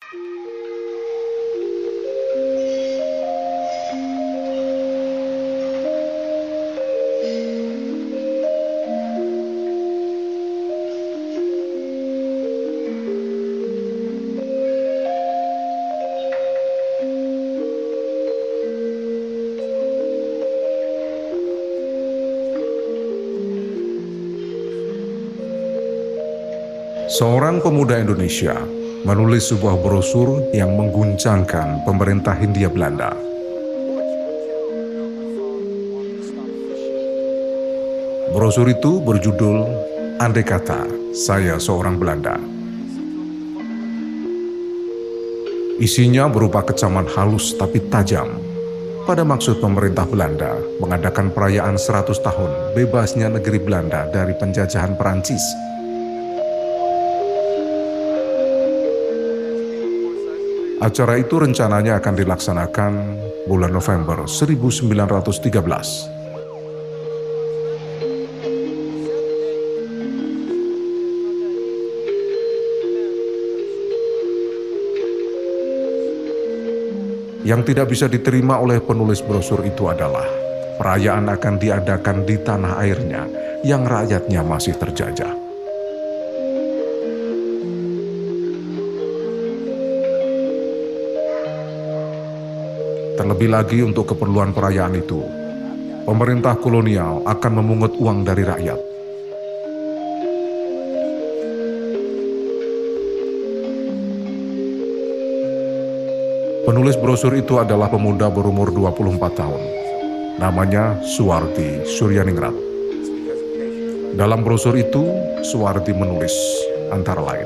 Seorang pemuda Indonesia menulis sebuah brosur yang mengguncangkan pemerintah Hindia Belanda. Brosur itu berjudul "Andai Kata Saya Seorang Belanda". Isinya berupa kecaman halus tapi tajam pada maksud pemerintah Belanda mengadakan perayaan 100 tahun bebasnya negeri Belanda dari penjajahan Perancis. Acara itu rencananya akan dilaksanakan bulan November 1913. Yang tidak bisa diterima oleh penulis brosur itu adalah perayaan akan diadakan di tanah airnya yang rakyatnya masih terjajah. Terlebih lagi untuk keperluan perayaan itu, pemerintah kolonial akan memungut uang dari rakyat. Penulis brosur itu adalah pemuda berumur 24 tahun. Namanya Suwardi Suryaningrat. Dalam brosur itu, Suwardi menulis antara lain,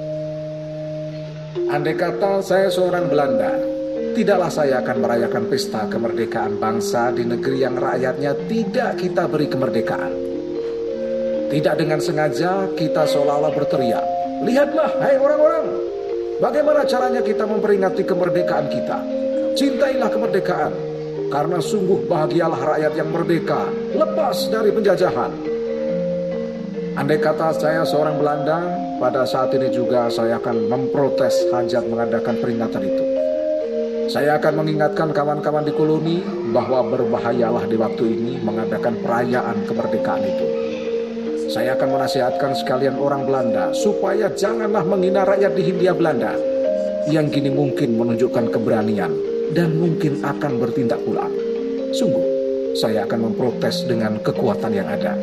"Andai kata saya seorang Belanda, tidaklah saya akan merayakan pesta kemerdekaan bangsa di negeri yang rakyatnya tidak kita beri kemerdekaan. Tidak dengan sengaja kita seolah-olah berteriak, 'Lihatlah, hai orang-orang, bagaimana caranya kita memperingati kemerdekaan kita. Cintailah kemerdekaan, karena sungguh bahagialah rakyat yang merdeka, lepas dari penjajahan.' Andai kata saya seorang Belanda, pada saat ini juga saya akan memprotes hajat mengadakan peringatan itu. Saya akan mengingatkan kawan-kawan di koloni bahwa berbahayalah di waktu ini mengadakan perayaan kemerdekaan itu. Saya akan menasihatkan sekalian orang Belanda supaya janganlah menghina rakyat di Hindia Belanda yang kini mungkin menunjukkan keberanian dan mungkin akan bertindak pula. Sungguh, saya akan memprotes dengan kekuatan yang ada."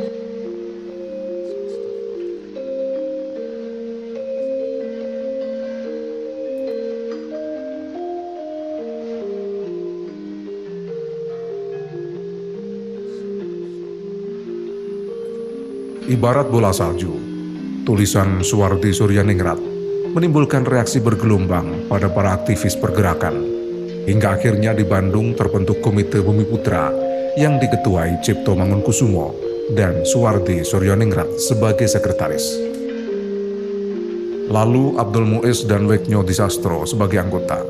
Ibarat bola salju, tulisan Suwardi Suryaningrat menimbulkan reaksi bergelombang pada para aktivis pergerakan. Hingga akhirnya di Bandung terbentuk Komite Bumiputra yang diketuai Cipto Mangunkusumo dan Suwardi Suryaningrat sebagai sekretaris. Lalu Abdul Muiz dan Weknyo Disastro sebagai anggota.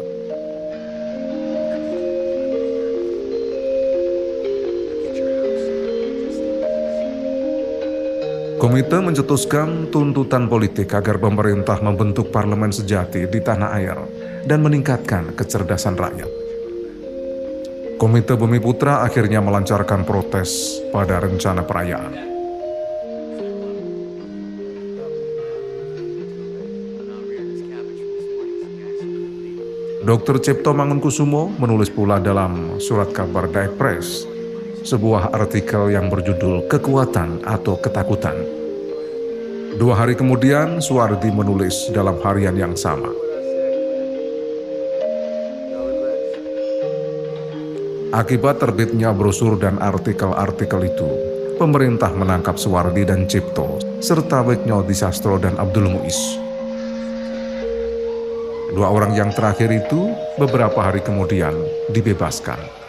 Komite mencetuskan tuntutan politik agar pemerintah membentuk parlemen sejati di tanah air dan meningkatkan kecerdasan rakyat. Komite Bumiputra akhirnya melancarkan protes pada rencana perayaan. Dr. Cipto Mangunkusumo menulis pula dalam surat kabar Daek Press sebuah artikel yang berjudul "Kekuatan atau Ketakutan". 2 hari kemudian, Suwardi menulis dalam harian yang sama, "Akibat terbitnya brosur dan artikel-artikel itu, pemerintah menangkap Suwardi dan Cipto, serta Weknyo Disastro dan Abdul Muiz. 2 orang yang terakhir itu beberapa hari kemudian dibebaskan."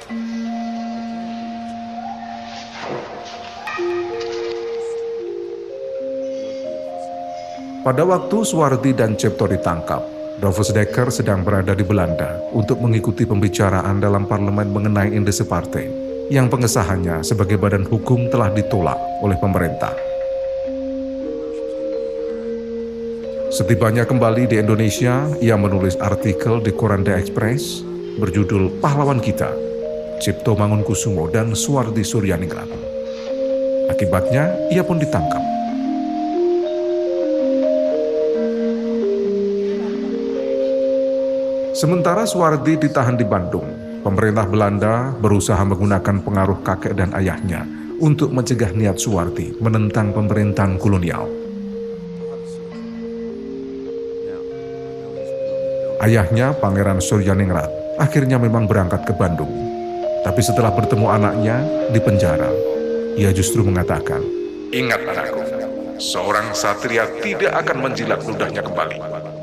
Pada waktu Suwardi dan Cipto ditangkap, Dovus Dekker sedang berada di Belanda untuk mengikuti pembicaraan dalam parlemen mengenai Indese Partai, yang pengesahannya sebagai badan hukum telah ditolak oleh pemerintah. Setibanya kembali di Indonesia, ia menulis artikel di koran The Express berjudul Pahlawan Kita, Cipto Mangunkusumo dan Suwardi Suryaningrat. Akibatnya, ia pun ditangkap. Sementara Suwardi ditahan di Bandung, pemerintah Belanda berusaha menggunakan pengaruh kakek dan ayahnya untuk mencegah niat Suwardi menentang pemerintahan kolonial. Ayahnya, Pangeran Suryaningrat, akhirnya memang berangkat ke Bandung. Tapi setelah bertemu anaknya di penjara, ia justru mengatakan, "Ingat anakku, seorang satria tidak akan menjilat ludahnya kembali."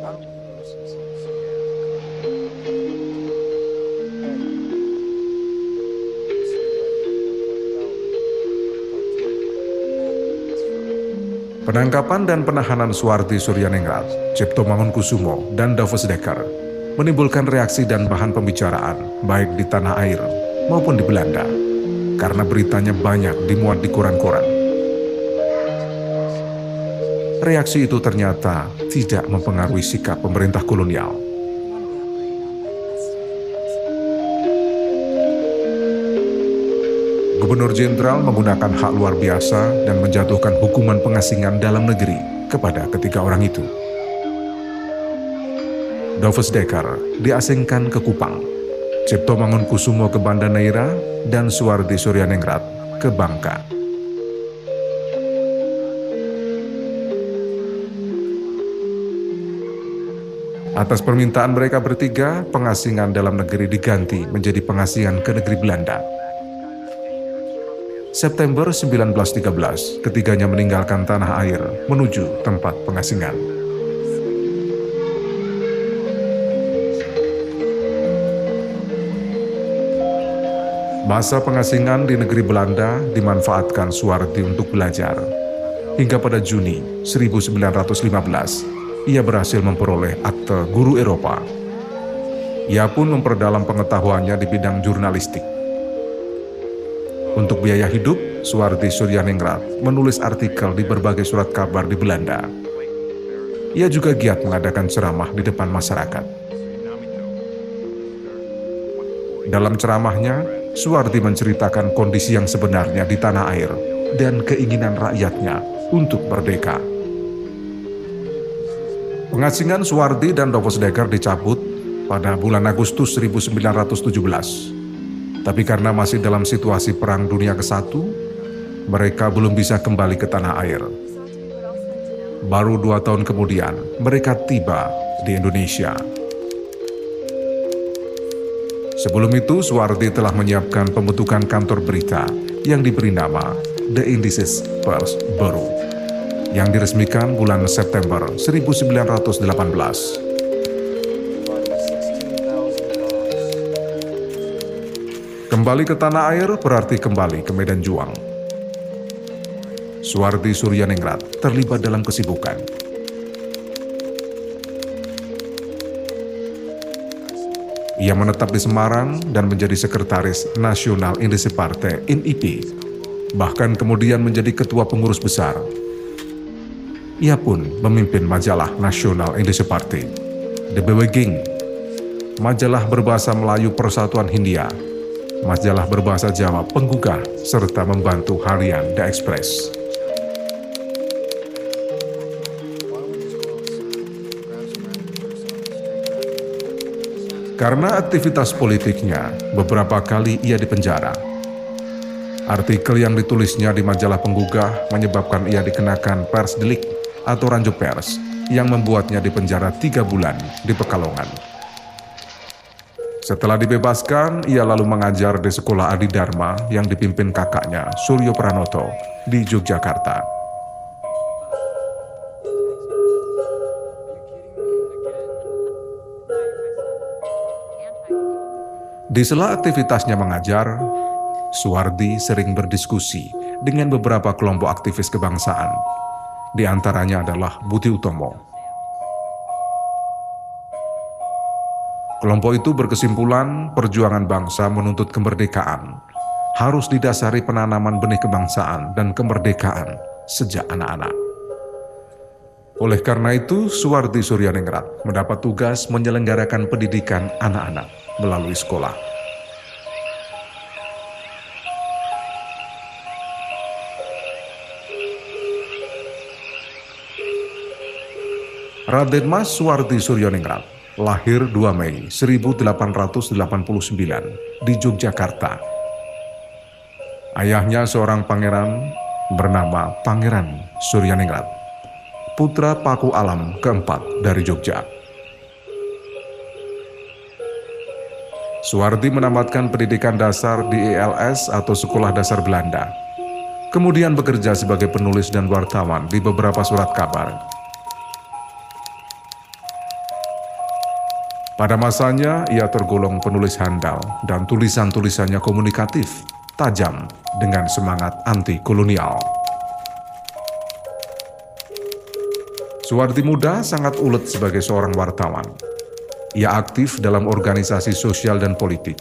Penangkapan dan penahanan Suwardi Suryaningrat, Cipto Mangunkusumo, dan Dovus Dekker menimbulkan reaksi dan bahan pembicaraan baik di tanah air maupun di Belanda, karena beritanya banyak dimuat di koran-koran. Reaksi itu ternyata tidak mempengaruhi sikap pemerintah kolonial. Gubernur Jenderal menggunakan hak luar biasa dan menjatuhkan hukuman pengasingan dalam negeri kepada ketiga orang itu. Dovus Dekker diasingkan ke Kupang, Cipto Mangunkusumo ke Banda Neira, dan Suwardi Suryaningrat ke Bangka. Atas permintaan mereka bertiga, pengasingan dalam negeri diganti menjadi pengasingan ke negeri Belanda. September 1913, ketiganya meninggalkan tanah air menuju tempat pengasingan. Masa pengasingan di negeri Belanda dimanfaatkan Suwardi untuk belajar. Hingga pada Juni 1915, ia berhasil memperoleh akte guru Eropa. Ia pun memperdalam pengetahuannya di bidang jurnalistik. Untuk biaya hidup, Suwardi Suryaningrat menulis artikel di berbagai surat kabar di Belanda. Ia juga giat mengadakan ceramah di depan masyarakat. Dalam ceramahnya, Suwardi menceritakan kondisi yang sebenarnya di tanah air dan keinginan rakyatnya untuk merdeka. Pengasingan Suwardi dan Dovus Dekker dicabut pada bulan Agustus 1917. Tapi karena masih dalam situasi Perang Dunia ke-1, mereka belum bisa kembali ke tanah air. Baru 2 tahun kemudian, mereka tiba di Indonesia. Sebelum itu, Suwardi telah menyiapkan pembentukan kantor berita yang diberi nama The Indices Press Bureau, yang diresmikan bulan September 1918. Kembali ke tanah air berarti kembali ke medan juang. Suwardi Suryaningrat terlibat dalam kesibukan. Ia menetap di Semarang dan menjadi sekretaris Nasional Indische Partij (NIP), bahkan kemudian menjadi ketua pengurus besar. Ia pun memimpin majalah Nasional Indische Partij, De Beweging, majalah berbahasa Melayu Persatuan Hindia, majalah berbahasa Jawa Penggugah, serta membantu harian The Express. Karena aktivitas politiknya, beberapa kali ia dipenjara. Artikel yang ditulisnya di majalah Penggugah menyebabkan ia dikenakan pers delik atau ranjau pers yang membuatnya dipenjara 3 bulan di Pekalongan. Setelah dibebaskan, ia lalu mengajar di sekolah Adi Dharma yang dipimpin kakaknya, Suryo Pranoto, di Yogyakarta. Di sela aktivitasnya mengajar, Suwardi sering berdiskusi dengan beberapa kelompok aktivis kebangsaan. Di antaranya adalah Budi Utomo. Kelompok itu berkesimpulan perjuangan bangsa menuntut kemerdekaan harus didasari penanaman benih kebangsaan dan kemerdekaan sejak anak-anak. Oleh karena itu, Suwardi Suryaningrat mendapat tugas menyelenggarakan pendidikan anak-anak melalui sekolah. Raden Mas Suwardi Suryaningrat lahir 2 Mei 1889 di Yogyakarta. Ayahnya seorang pangeran bernama Pangeran Suryaningrat, putra Paku Alam keempat dari Jogja. Suwardi menamatkan pendidikan dasar di ELS atau Sekolah Dasar Belanda. Kemudian bekerja sebagai penulis dan wartawan di beberapa surat kabar. Pada masanya, ia tergolong penulis handal dan tulisan-tulisannya komunikatif, tajam, dengan semangat anti-kolonial. Suwardi muda sangat ulet sebagai seorang wartawan. Ia aktif dalam organisasi sosial dan politik.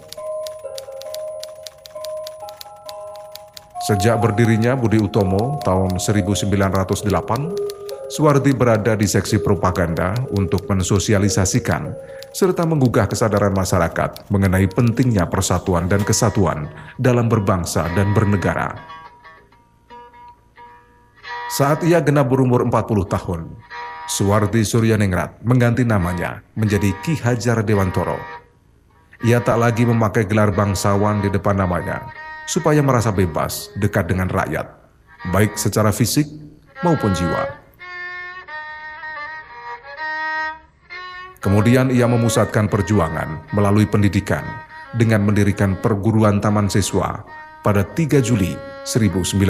Sejak berdirinya Budi Utomo tahun 1908, Suwardi berada di seksi propaganda untuk mensosialisasikan serta menggugah kesadaran masyarakat mengenai pentingnya persatuan dan kesatuan dalam berbangsa dan bernegara. Saat ia genap berumur 40 tahun, Suwardi Suryaningrat mengganti namanya menjadi Ki Hajar Dewantoro. Ia tak lagi memakai gelar bangsawan di depan namanya, supaya merasa bebas dekat dengan rakyat, baik secara fisik maupun jiwa. Kemudian ia memusatkan perjuangan melalui pendidikan dengan mendirikan perguruan taman siswa pada 3 Juli 1922.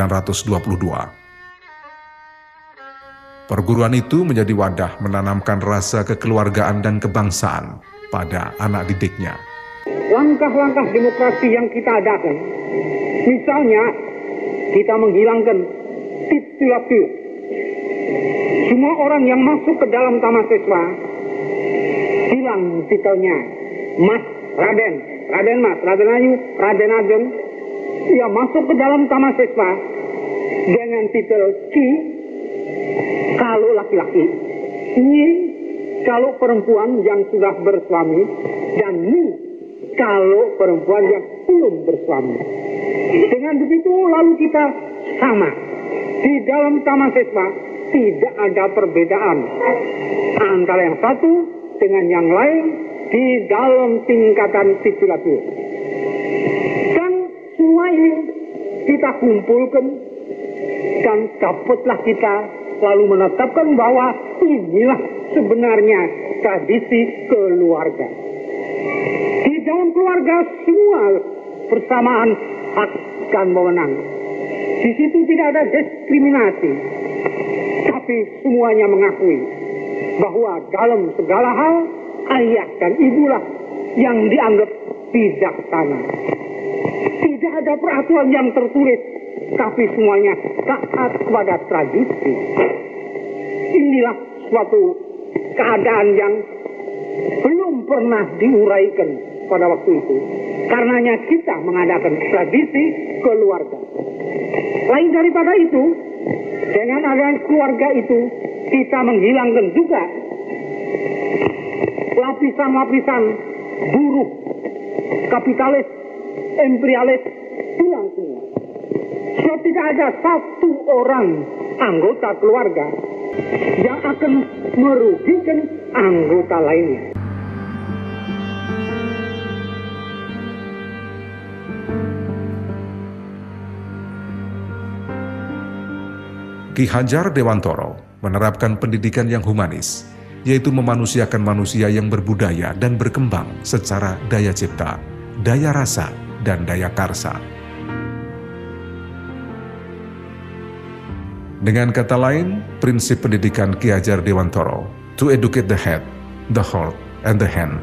Perguruan itu menjadi wadah menanamkan rasa kekeluargaan dan kebangsaan pada anak didiknya. Langkah-langkah demokrasi yang kita adakan, misalnya kita menghilangkan titulatur. Semua orang yang masuk ke dalam taman siswa hilang titelnya Mas, Raden, Raden Mas, Raden Ayu, Raden Ageng. Ia masuk ke dalam taman siswa dengan titel Ki kalau laki-laki, Ni kalau perempuan yang sudah bersuami, dan Ni kalau perempuan yang belum bersuami. Dengan begitu lalu kita sama. Di dalam taman siswa tidak ada perbedaan antara yang satu dengan yang lain di dalam tingkatan titulatur. Dan semua ini kita kumpulkan dan dapatlah kita lalu menetapkan bahwa inilah sebenarnya tradisi keluarga. Di dalam keluarga semua persamaan hak dan wewenang. Di situ tidak ada diskriminasi, tapi semuanya mengakui bahwa dalam segala hal ayah dan ibulah yang dianggap bijaksana. Tidak ada peraturan yang tertulis, tapi semuanya taat kepada tradisi. Inilah suatu keadaan yang belum pernah diuraikan pada waktu itu. Karenanya kita mengadakan tradisi keluarga. Lain daripada itu, dengan adanya keluarga itu, kita menghilangkan juga lapisan-lapisan buruh, kapitalis, imperialis, hilang semua. Sebab tidak ada satu orang anggota keluarga yang akan merugikan anggota lainnya. Ki Hajar Dewantoro menerapkan pendidikan yang humanis, yaitu memanusiakan manusia yang berbudaya dan berkembang secara daya cipta, daya rasa, dan daya karsa. Dengan kata lain, prinsip pendidikan Ki Hajar Dewantoro, to educate the head, the heart, and the hand.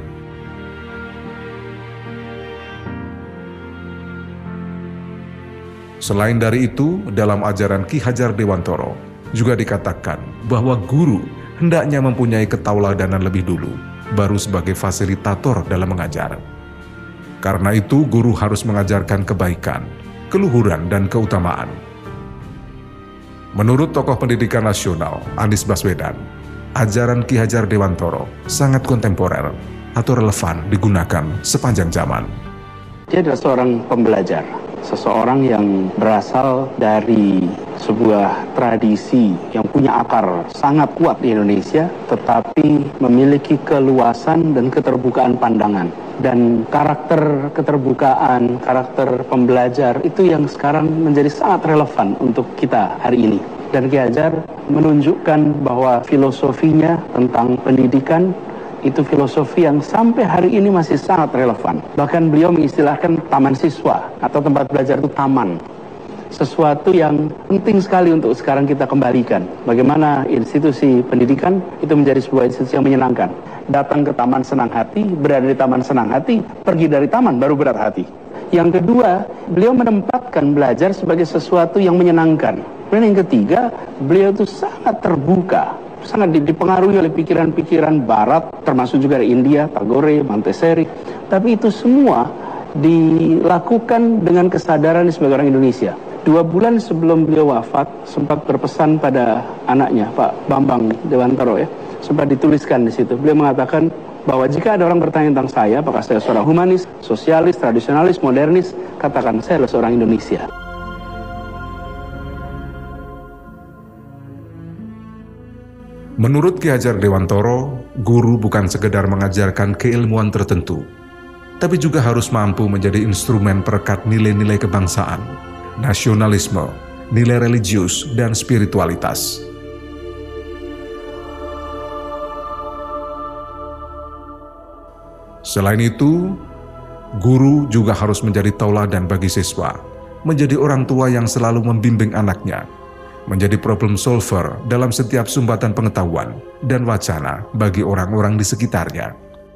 Selain dari itu, dalam ajaran Ki Hajar Dewantoro juga dikatakan bahwa guru hendaknya mempunyai ketauladanan lebih dulu, baru sebagai fasilitator dalam mengajar. Karena itu, guru harus mengajarkan kebaikan, keluhuran, dan keutamaan. Menurut tokoh pendidikan nasional, Anies Baswedan, ajaran Ki Hajar Dewantoro sangat kontemporer atau relevan digunakan sepanjang zaman. Dia adalah seorang pembelajar, seseorang yang berasal dari sebuah tradisi yang punya akar sangat kuat di Indonesia, tetapi memiliki keluasan dan keterbukaan pandangan. Dan karakter keterbukaan, karakter pembelajar itu yang sekarang menjadi sangat relevan untuk kita hari ini. Dan Ki Hajar menunjukkan bahwa filosofinya tentang pendidikan itu filosofi yang sampai hari ini masih sangat relevan. Bahkan beliau mengistilahkan taman siswa atau tempat belajar itu taman. Sesuatu yang penting sekali untuk sekarang kita kembalikan. Bagaimana institusi pendidikan itu menjadi sebuah institusi yang menyenangkan. Datang ke taman senang hati, berada di taman senang hati, pergi dari taman baru berat hati. Yang kedua, beliau menempatkan belajar sebagai sesuatu yang menyenangkan. Dan yang ketiga, beliau itu sangat terbuka, sangat dipengaruhi oleh pikiran-pikiran barat, termasuk juga dari India, Tagore, Montessori. Tapi itu semua dilakukan dengan kesadaran sebagai orang Indonesia. 2 bulan sebelum beliau wafat, sempat berpesan pada anaknya, Pak Bambang Dewantoro ya, sempat dituliskan di situ. Beliau mengatakan bahwa jika ada orang bertanya tentang saya, apakah saya seorang humanis, sosialis, tradisionalis, modernis, katakan saya adalah seorang Indonesia. Menurut Ki Hajar Dewantoro, guru bukan sekedar mengajarkan keilmuan tertentu, tapi juga harus mampu menjadi instrumen perekat nilai-nilai kebangsaan, nasionalisme, nilai religius, dan spiritualitas. Selain itu, guru juga harus menjadi tauladan bagi siswa, menjadi orang tua yang selalu membimbing anaknya, menjadi problem solver dalam setiap sumbatan pengetahuan dan wacana bagi orang-orang di sekitarnya.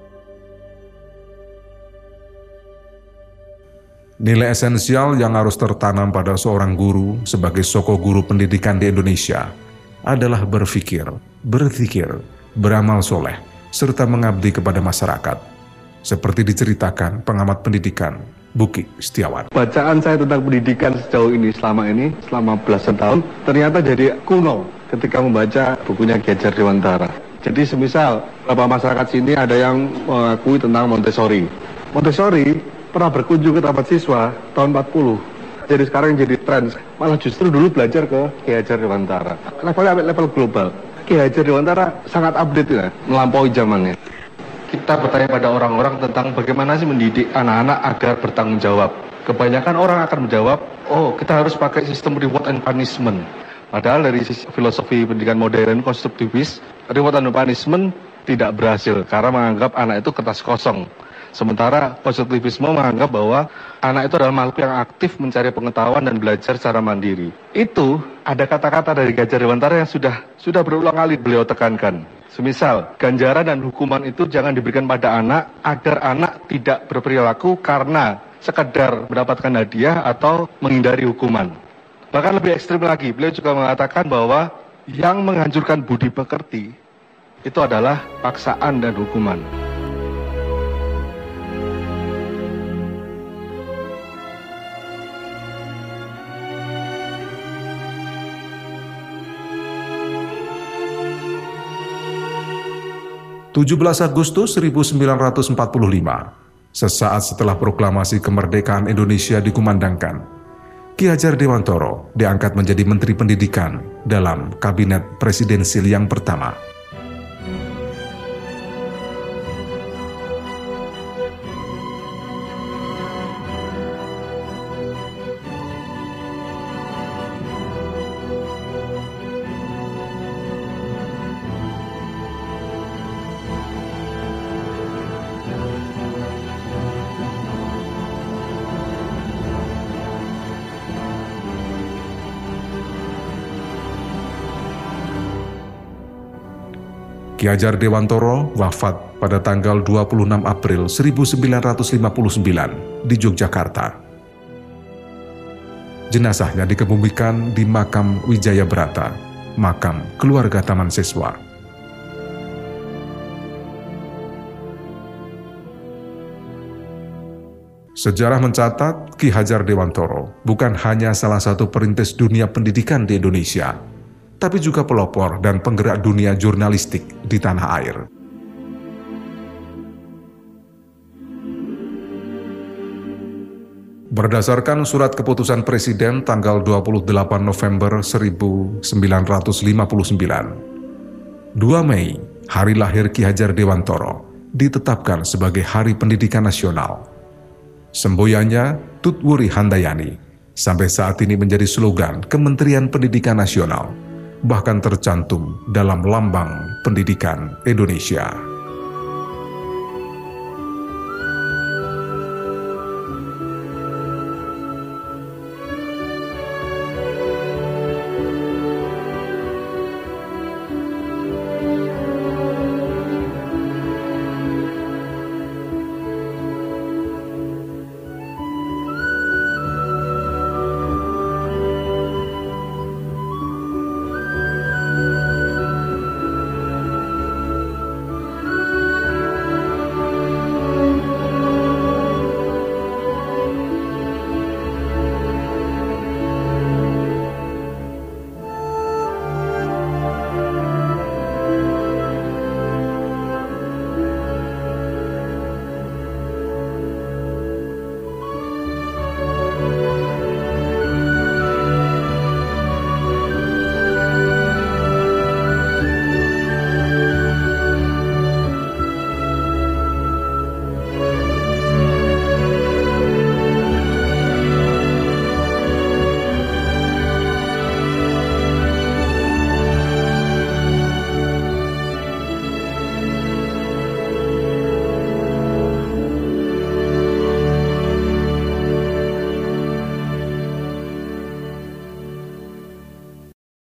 Nilai esensial yang harus tertanam pada seorang guru sebagai soko guru pendidikan di Indonesia adalah berpikir, berzikir, beramal soleh, serta mengabdi kepada masyarakat, seperti diceritakan pengamat pendidikan Buki Setiawan. Bacaan saya tentang pendidikan sejauh ini, selama belasan tahun, ternyata jadi kuno ketika membaca bukunya Ki Hajar Dewantara. Jadi semisal, beberapa masyarakat sini ada yang mengakui tentang Montessori. Montessori pernah berkunjung ke tempat siswa tahun 40. Jadi sekarang jadi tren, malah justru dulu belajar ke Ki Hajar Dewantara. Levelnya level global. Ki Hajar Dewantara sangat update ya, melampaui zamannya. Kita bertanya pada orang-orang tentang bagaimana sih mendidik anak-anak agar bertanggung jawab. Kebanyakan orang akan menjawab, oh kita harus pakai sistem reward and punishment. Padahal dari sisi filosofi pendidikan modern konstruktivis, reward and punishment tidak berhasil karena menganggap anak itu kertas kosong. Sementara konstruktivisme menganggap bahwa anak itu adalah makhluk yang aktif mencari pengetahuan dan belajar secara mandiri. Itu ada kata-kata dari Ki Hajar Dewantara yang sudah berulang kali beliau tekankan. Semisal, ganjaran dan hukuman itu jangan diberikan pada anak agar anak tidak berperilaku karena sekedar mendapatkan hadiah atau menghindari hukuman. Bahkan lebih ekstrim lagi, beliau juga mengatakan bahwa yang menghancurkan budi pekerti itu adalah paksaan dan hukuman. (17 Agustus 1945), sesaat setelah proklamasi kemerdekaan Indonesia dikumandangkan, Ki Hajar Dewantoro diangkat menjadi Menteri Pendidikan dalam Kabinet Presidensil yang pertama. Ki Hajar Dewantoro wafat pada tanggal 26 April 1959 di Yogyakarta. Jenazahnya dikebumikan di makam Wijaya Brata, makam keluarga Taman Siswa. Sejarah mencatat Ki Hajar Dewantoro bukan hanya salah satu perintis dunia pendidikan di Indonesia, tapi juga pelopor dan penggerak dunia jurnalistik di tanah air. Berdasarkan surat keputusan Presiden tanggal 28 November 1959, 2 Mei, hari lahir Ki Hajar Dewantoro, ditetapkan sebagai Hari Pendidikan Nasional. Semboyannya Tutwuri Handayani, sampai saat ini menjadi slogan Kementerian Pendidikan Nasional, bahkan tercantum dalam Lambang Pendidikan Indonesia.